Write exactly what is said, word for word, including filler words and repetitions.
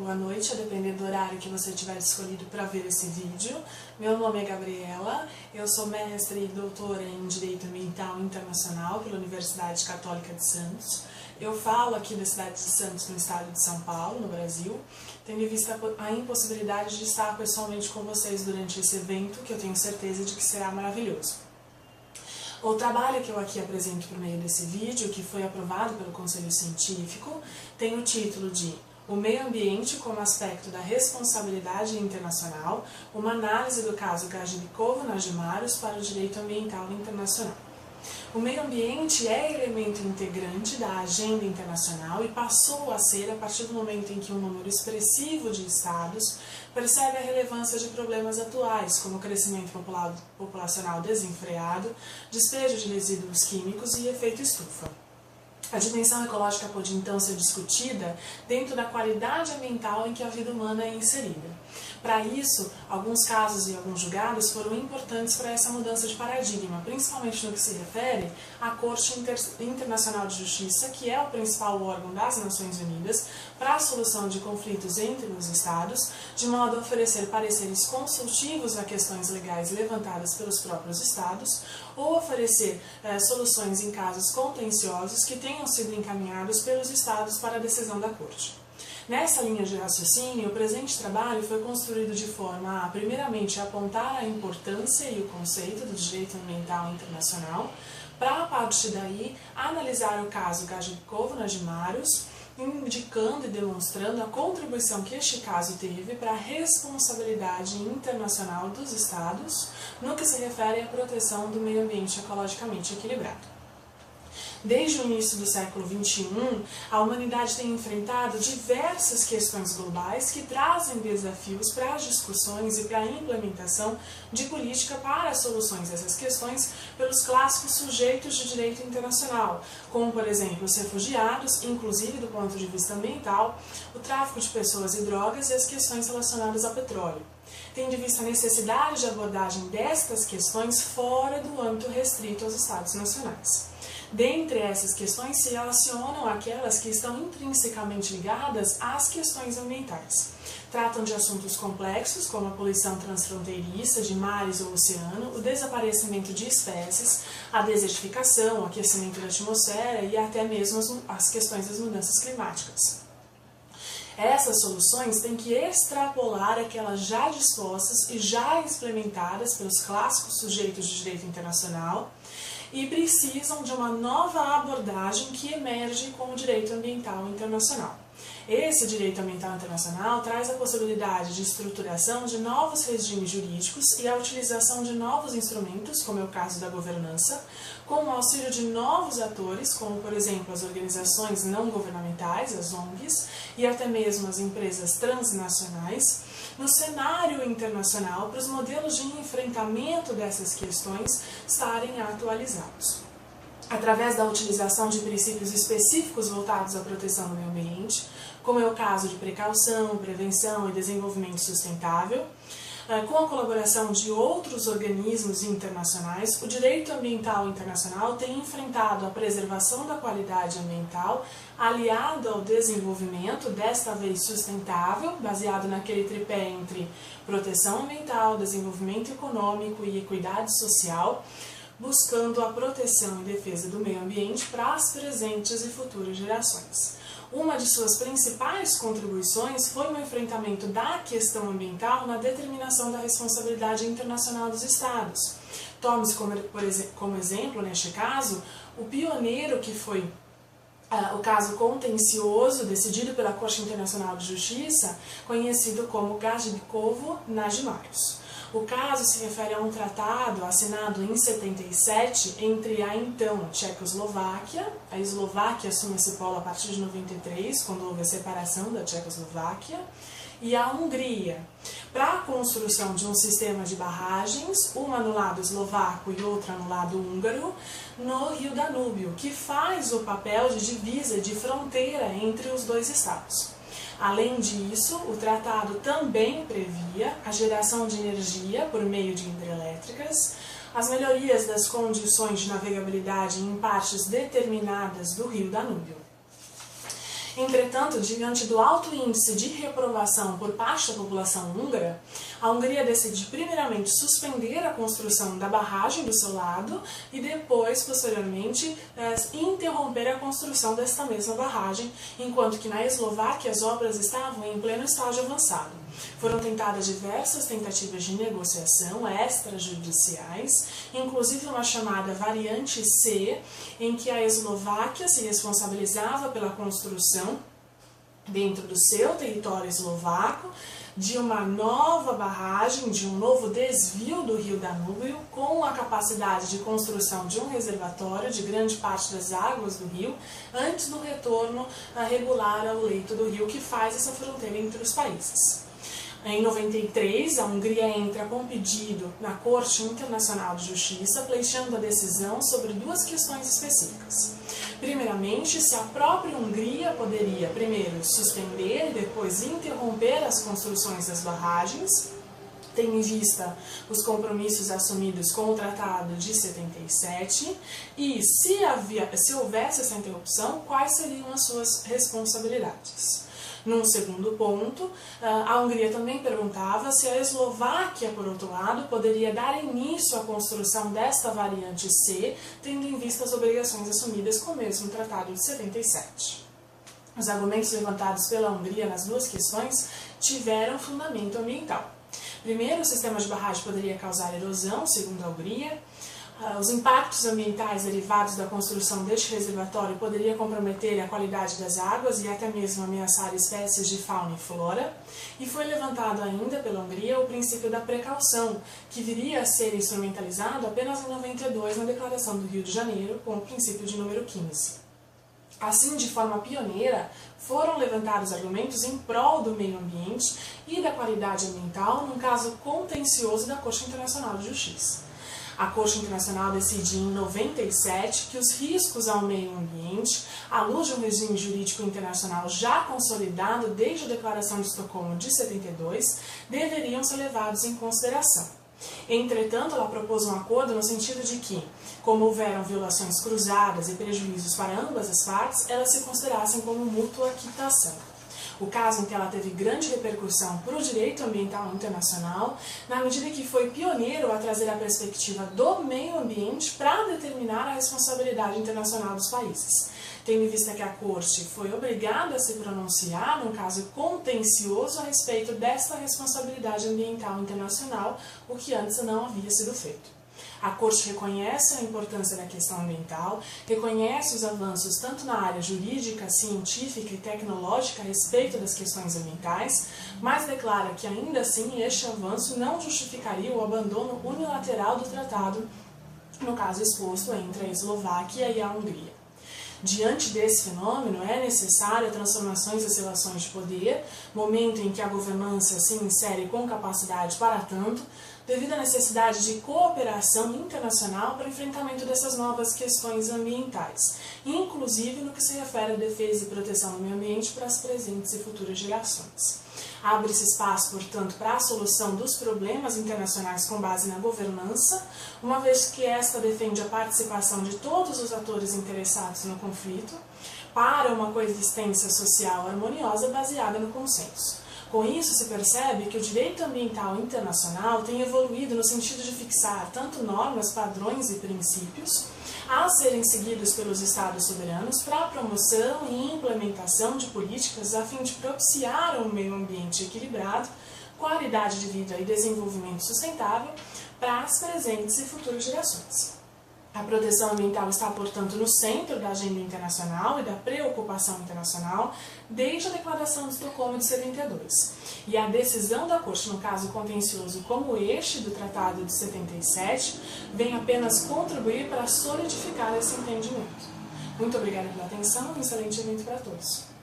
boa noite, a depender do horário que você tiver escolhido para ver esse vídeo. Meu nome é Gabriela, eu sou mestre e doutora em Direito Ambiental Internacional pela Universidade Católica de Santos. Eu falo aqui da cidade de Santos, no estado de São Paulo, no Brasil, tendo em vista a impossibilidade de estar pessoalmente com vocês durante esse evento, que eu tenho certeza de que será maravilhoso. O trabalho que eu aqui apresento por meio desse vídeo, que foi aprovado pelo Conselho Científico, tem o título de O Meio Ambiente como Aspecto da Responsabilidade Internacional, uma análise do caso Gajibkovo-Nagimaros para o Direito Ambiental Internacional. O meio ambiente é elemento integrante da agenda internacional e passou a ser a partir do momento em que um número expressivo de estados percebe a relevância de problemas atuais, como o crescimento populacional desenfreado, despejo de resíduos químicos e efeito estufa. A dimensão ecológica pode então ser discutida dentro da qualidade ambiental em que a vida humana é inserida. Para isso, alguns casos e alguns julgados foram importantes para essa mudança de paradigma, principalmente no que se refere à Corte Inter Internacional de Justiça, que é o principal órgão das Nações Unidas para a solução de conflitos entre os Estados, de modo a oferecer pareceres consultivos a questões legais levantadas pelos próprios Estados, ou oferecer eh, soluções em casos contenciosos que tenham sido encaminhados pelos Estados para a decisão da Corte. Nessa linha de raciocínio, o presente trabalho foi construído de forma a, primeiramente, apontar a importância e o conceito do direito ambiental internacional, para, a partir daí, analisar o caso Gajibkovo-Nagimaros, indicando e demonstrando a contribuição que este caso teve para a responsabilidade internacional dos Estados no que se refere à proteção do meio ambiente ecologicamente equilibrado. Desde o início do século vinte e um, a humanidade tem enfrentado diversas questões globais que trazem desafios para as discussões e para a implementação de política para soluções dessas questões pelos clássicos sujeitos de direito internacional, como, por exemplo, os refugiados, inclusive do ponto de vista ambiental, o tráfico de pessoas e drogas e as questões relacionadas ao petróleo. Tendo em vista a necessidade de abordagem destas questões fora do âmbito restrito aos Estados nacionais. Dentre essas questões se relacionam aquelas que estão intrinsecamente ligadas às questões ambientais. Tratam de assuntos complexos, como a poluição transfronteiriça de mares ou oceano, o desaparecimento de espécies, a desertificação, o aquecimento da atmosfera e até mesmo as questões das mudanças climáticas. Essas soluções têm que extrapolar aquelas já dispostas e já implementadas pelos clássicos sujeitos de direito internacional e precisam de uma nova abordagem que emerge com o direito ambiental internacional. Esse direito ambiental internacional traz a possibilidade de estruturação de novos regimes jurídicos e a utilização de novos instrumentos, como é o caso da governança, com o auxílio de novos atores, como, por exemplo, as organizações não governamentais, as O N Gs, e até mesmo as empresas transnacionais, no cenário internacional para os modelos de enfrentamento dessas questões estarem atualizados. Através da utilização de princípios específicos voltados à proteção do meio ambiente, como é o caso de precaução, prevenção e desenvolvimento sustentável, com a colaboração de outros organismos internacionais, o direito ambiental internacional tem enfrentado a preservação da qualidade ambiental aliado ao desenvolvimento, desta vez sustentável, baseado naquele tripé entre proteção ambiental, desenvolvimento econômico e equidade social, buscando a proteção e defesa do meio ambiente para as presentes e futuras gerações. Uma de suas principais contribuições foi o enfrentamento da questão ambiental na determinação da responsabilidade internacional dos Estados. Tome-se como, como exemplo, neste caso, o pioneiro que foi uh, o caso contencioso decidido pela Corte Internacional de Justiça, conhecido como Gajibkovo-Nagimaros. O caso se refere a um tratado assinado em setenta e sete entre a então Tchecoslováquia, a Eslováquia assume esse polo a partir de noventa e três, quando houve a separação da Tchecoslováquia, e a Hungria, para a construção de um sistema de barragens, uma no lado eslovaco e outra no lado húngaro, no Rio Danúbio, que faz o papel de divisa, de fronteira entre os dois estados. Além disso, o tratado também previa a geração de energia por meio de hidrelétricas, as melhorias das condições de navegabilidade em partes determinadas do Rio Danúbio. Entretanto, diante do alto índice de reprovação por parte da população húngara, a Hungria decide primeiramente suspender a construção da barragem do seu lado e depois, posteriormente, interromper a construção desta mesma barragem, enquanto que na Eslováquia as obras estavam em pleno estágio avançado. Foram tentadas diversas tentativas de negociação extrajudiciais, inclusive uma chamada variante C, em que a Eslováquia se responsabilizava pela construção, dentro do seu território eslovaco, de uma nova barragem, de um novo desvio do rio Danúbio, com a capacidade de construção de um reservatório de grande parte das águas do rio, antes do retorno regular ao leito do rio, que faz essa fronteira entre os países. Em noventa e três, a Hungria entra com pedido na Corte Internacional de Justiça, pleiteando a decisão sobre duas questões específicas. Primeiramente, se a própria Hungria poderia, primeiro, suspender e depois interromper as construções das barragens, tendo em vista os compromissos assumidos com o Tratado de setenta e sete, e se, havia, se houvesse essa interrupção, quais seriam as suas responsabilidades. Num segundo ponto, a Hungria também perguntava se a Eslováquia, por outro lado, poderia dar início à construção desta variante C, tendo em vista as obrigações assumidas com o mesmo Tratado de setenta e sete. Os argumentos levantados pela Hungria nas duas questões tiveram fundamento ambiental. Primeiro, o sistema de barragem poderia causar erosão, segundo a Hungria. Os impactos ambientais derivados da construção deste reservatório poderiam comprometer a qualidade das águas e até mesmo ameaçar espécies de fauna e flora. E foi levantado ainda pela Hungria o princípio da precaução, que viria a ser instrumentalizado apenas em noventa e dois na Declaração do Rio de Janeiro, com o princípio de número quinze. Assim, de forma pioneira, foram levantados argumentos em prol do meio ambiente e da qualidade ambiental num caso contencioso da Corte Internacional de Justiça. A Corte Internacional decide em noventa e sete que os riscos ao meio ambiente, à luz de um regime jurídico internacional já consolidado desde a Declaração de Estocolmo de setenta e dois, deveriam ser levados em consideração. Entretanto, ela propôs um acordo no sentido de que, como houveram violações cruzadas e prejuízos para ambas as partes, elas se considerassem como mútua quitação. O caso em que ela teve grande repercussão para o direito ambiental internacional, na medida que foi pioneiro a trazer a perspectiva do meio ambiente para determinar a responsabilidade internacional dos países. Tendo em vista que a Corte foi obrigada a se pronunciar num caso contencioso a respeito desta responsabilidade ambiental internacional, o que antes não havia sido feito. A Corte reconhece a importância da questão ambiental, reconhece os avanços tanto na área jurídica, científica e tecnológica a respeito das questões ambientais, mas declara que ainda assim este avanço não justificaria o abandono unilateral do tratado, no caso exposto entre a Eslováquia e a Hungria. Diante desse fenômeno, é necessária transformações das relações de poder, momento em que a governança se insere com capacidade para tanto, devido à necessidade de cooperação internacional para o enfrentamento dessas novas questões ambientais, inclusive no que se refere à defesa e proteção do meio ambiente para as presentes e futuras gerações. Abre-se espaço, portanto, para a solução dos problemas internacionais com base na governança, uma vez que esta defende a participação de todos os atores interessados no conflito para uma coexistência social harmoniosa baseada no consenso. Com isso, se percebe que o direito ambiental internacional tem evoluído no sentido de fixar tanto normas, padrões e princípios a serem seguidos pelos Estados soberanos para a promoção e implementação de políticas a fim de propiciar um meio ambiente equilibrado, qualidade de vida e desenvolvimento sustentável para as presentes e futuras gerações. A proteção ambiental está, portanto, no centro da agenda internacional e da preocupação internacional desde a Declaração de Estocolmo de setenta e dois. E a decisão da Corte, no caso contencioso como este do Tratado de setenta e sete, vem apenas contribuir para solidificar esse entendimento. Muito obrigada pela atenção e um excelente evento para todos.